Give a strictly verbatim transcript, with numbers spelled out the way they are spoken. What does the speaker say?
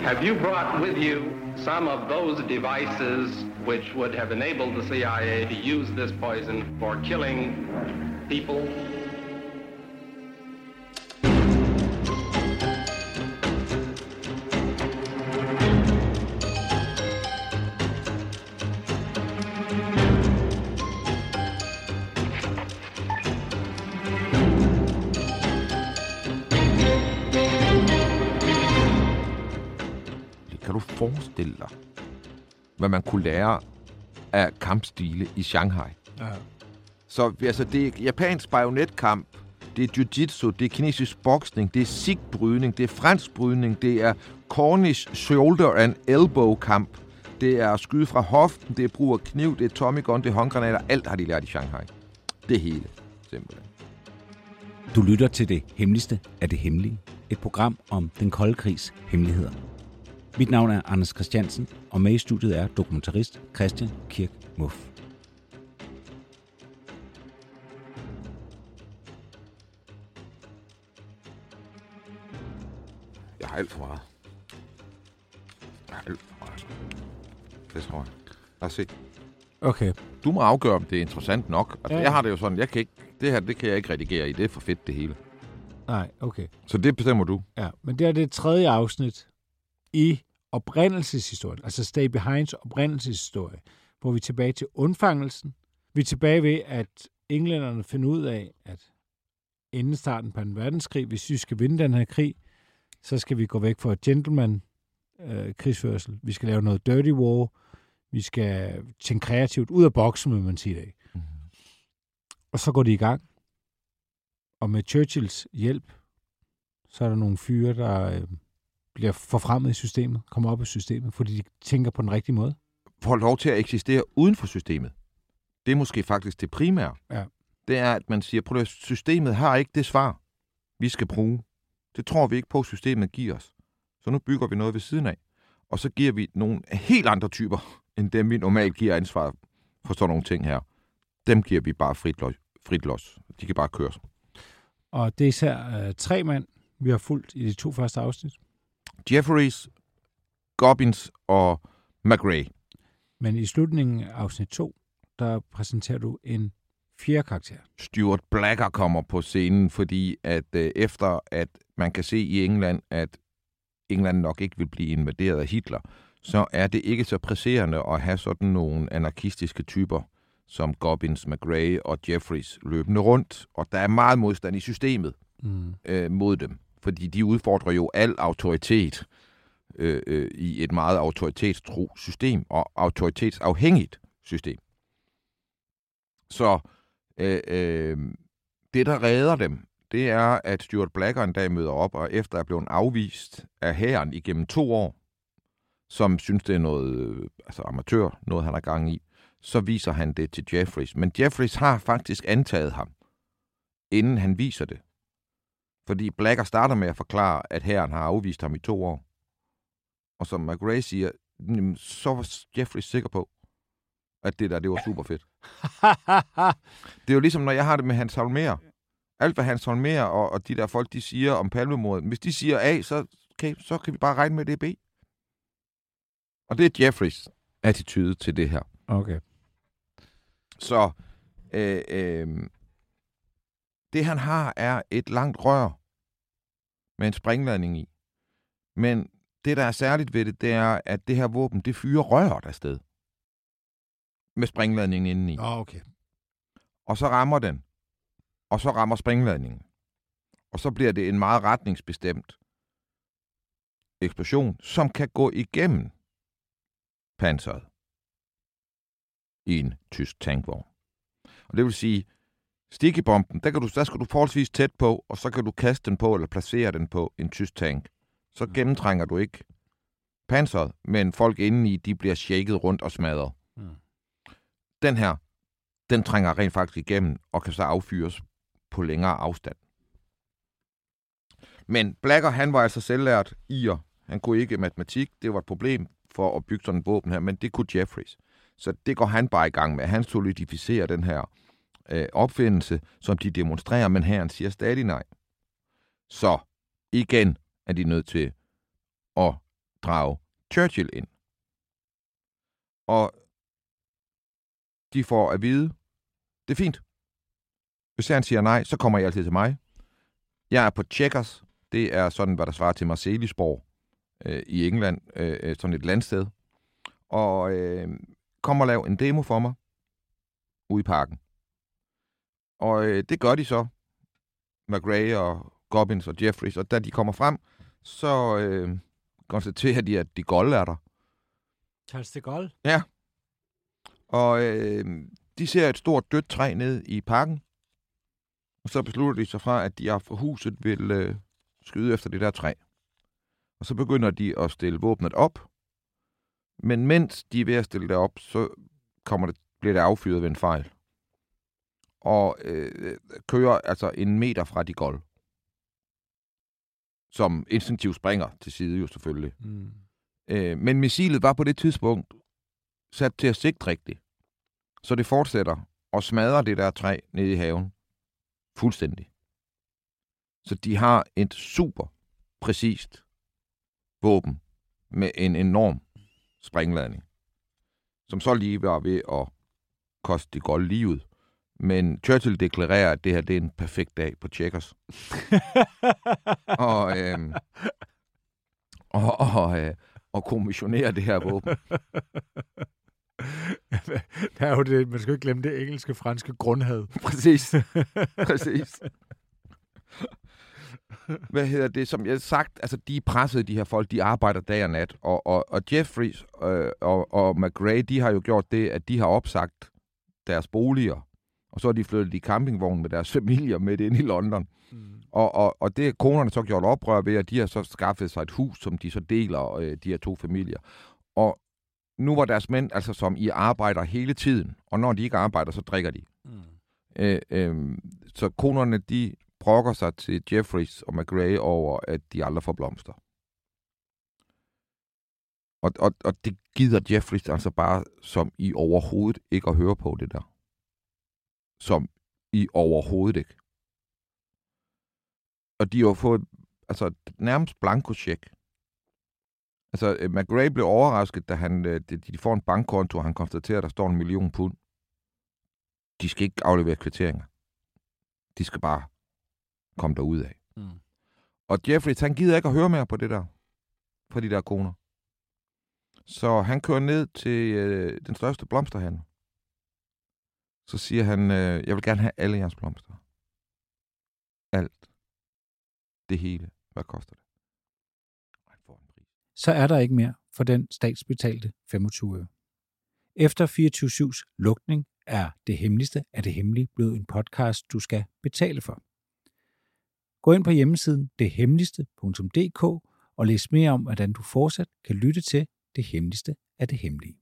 Have you brought with you some of those devices which would have enabled the C I A to use this poison for killing people? Kan du forestille dig, hvad man kunne lære af kampstile i Shanghai? Ja. Så altså, det er japansk bajonetkamp, det er jiu-jitsu, det er kinesisk boksning, det er sikh-brydning, det er fransk brydning, det er Cornish shoulder and elbow kamp, det er skyde fra hoften, det er brug af kniv, det er Tommy gun, det er håndgranater, alt har de lært i Shanghai. Det hele, simpelthen. Du lytter til Det Hemmeligste af det Hemmelige, et program om den kolde krigs hemmeligheder. Mit navn er Anders Christiansen, og med i studiet er dokumentarist Christian Kirk Muff. Jeg har alt for meget. Jeg har alt for meget. Det tror jeg. Lad os se. Okay. Du må afgøre, om det er interessant nok. Altså, Ja. Jeg har det jo sådan, jeg kan ikke, det her det kan jeg ikke redigere i. Det er for fedt, det hele. Nej, okay. Så det bestemmer du. Ja, men det er det tredje afsnit i oprindelseshistorien, altså Stay Behinds oprindelseshistorie, hvor vi er tilbage til undfangelsen. Vi er tilbage ved, at englænderne finder ud af, at inden starten på en verdenskrig, hvis vi skal vinde den her krig, så skal vi gå væk fra gentleman-krigsførsel. Vi skal lave noget dirty war. Vi skal tænke kreativt ud af boksen, vil man sige det. Mm-hmm. Og så går de i gang. Og med Churchills hjælp, så er der nogle fyre, der øh, bliver forfremmet i systemet, kommer op i systemet, fordi de tænker på den rigtige måde. Får lov til at eksistere uden for systemet. Det er måske faktisk det primære. Ja. Det er, at man siger, at systemet har ikke det svar, vi skal bruge. Det tror vi ikke på, at systemet giver os. Så nu bygger vi noget ved siden af. Og så giver vi nogle helt andre typer, end dem vi normalt giver ansvar for sådan nogle ting her. Dem giver vi bare frit los. Frit los. De kan bare køre. Og det er især øh, tre mænd, vi har fulgt i de to første afsnit. Jeffries, Gobbins og McRae. Men i slutningen af afsnit to, der præsenterer du en fjerde karakter. Stuart Blacker kommer på scenen, fordi at øh, efter at man kan se i England, at England nok ikke vil blive invaderet af Hitler, så er det ikke så presserende at have sådan nogle anarkistiske typer, som Gobbins, McRae og Jeffries løbende rundt. Og der er meget modstand i systemet mm. øh, mod dem, fordi de udfordrer jo al autoritet øh, øh, i et meget autoritetstro system og autoritetsafhængigt system. Så øh, øh, det, der redder dem, det er, at Stuart Blacker en dag møder op, og efter at blevet afvist af hæren igennem to år, som synes, det er noget altså amatør, noget han har gang i, så viser han det til Jeffries. Men Jeffries har faktisk antaget ham, inden han viser det. Fordi Blacker starter med at forklare, at hæren har afvist ham i to år. Og som McRae siger, så var Jeffries sikker på, at det der, det var super fedt. Det er jo ligesom, når jeg har det med Hans Holmér. Alt, hvad Hans Holmér og, og de der folk, de siger om Palmemordet, hvis de siger A, så, okay, så kan vi bare regne med, det er B. Og det er Jeffries attitude til det her. Okay. Så øh, øh, det, han har, er et langt rør med en sprængladning i. Men det, der er særligt ved det, det er, at det her våben, det fyrer røret afsted. Med sprængladningen indeni. Oh, okay. Og så rammer den. Og så rammer sprængladningen. Og så bliver det en meget retningsbestemt eksplosion, som kan gå igennem panseret i en tysk tankvogn. Og det vil sige, stikkebomben, der, kan du, der skal du forholdsvis tæt på, og så kan du kaste den på, eller placere den på en tysk tank. Så gennemtrænger du ikke panseret, men folk indeni, de bliver shaket rundt og smadret. Mm. Den her, den trænger rent faktisk igennem, og kan så affyres på længere afstand. Men Blacker, han var altså selvlært irer. Han kunne ikke matematik, det var et problem for at bygge sådan en våben her, men det kunne Jeffries. Så det går han bare i gang med. Han solidificerer den her øh, opfindelse, som de demonstrerer, men herren siger stadig nej. Så igen er de nødt til at drage Churchill ind. Og de får at vide, det er fint. Hvis han siger nej, så kommer I altid til mig. Jeg er på Chequers. Det er sådan, hvad der svarer til Marselisborg øh, i England. Øh, sådan et landsted. Og øh, kom og lav en demo for mig ude i parken. Og øh, det gør de så. McRae og Gobbins og Jeffries. Og da de kommer frem, så øh, konstaterer de, at de Gaulle er der. Charles de Gaulle? Ja. Og øh, de ser et stort dødt træ ned i parken. Og så beslutter de sig fra, at de er fra huset vil øh, skyde efter det der træ. Og så begynder de at stille våbnet op. Men mens de er ved at stille det op, så kommer det, bliver det affyret ved en fejl. Og øh, kører altså en meter fra de Gaulle. Som instinktivt springer til side jo selvfølgelig. Mm. Øh, men missilet var på det tidspunkt sat til at sigte rigtigt. Så det fortsætter og smadrer det der træ nede i haven. Fuldstændig. Så de har et super præcist våben med en enorm sprængladning, som så lige var ved at koste de Gaulle livet. Men Churchill deklarerer, at det her det er en perfekt dag på Chequers. og, øhm, og, og, øh, og kommissionerer det her våben. Der er jo det, man skal jo ikke glemme det engelske, franske grundhad. Præcis. Præcis. Hvad hedder det, som jeg har sagt, altså de er presset, de her folk, de arbejder dag og nat, og, og, og Jeffries øh, og, og McRae, de har jo gjort det, at de har opsagt deres boliger, og så har de flyttet i campingvognen med deres familier midt ind i London. Mm. Og, og, og det er konerne så gjort oprør ved, at de har så skaffet sig et hus, som de så deler, øh, de her to familier. Og nu var deres mænd, altså som I arbejder hele tiden, og når de ikke arbejder, så drikker de. Mm. Øh, øh, så konerne, de brokker sig til Jeffries og McRae over, at de aldrig får blomster. Og, og, og det gider Jeffries altså bare som I overhovedet ikke at høre på det der. Som I overhovedet ikke. Og de har jo fået altså, nærmest blankocheck. Altså, McRae blev overrasket, da han, de, de får en bankkonto, og han konstaterer, at der står en million pund. De skal ikke aflevere kvitteringer. De skal bare komme derud af. Mm. Og Jeffries, han gider ikke at høre mere på det der. På de der koner. Så han kører ned til øh, den største blomsterhandel. Så siger han, øh, jeg vil gerne have alle jeres blomster. Alt. Det hele. Hvad koster det? Han får en pris. Så er der ikke mere for den statsbetalte femogtyve øre. Efter fireogtyve syvs lukning er Det Hemmeligste af det Hemmelige blevet en podcast, du skal betale for. Gå ind på hjemmesiden det hemmeligste punktum d k og læs mere om, hvordan du fortsat kan lytte til Det Hemmeligste af det Hemmelige.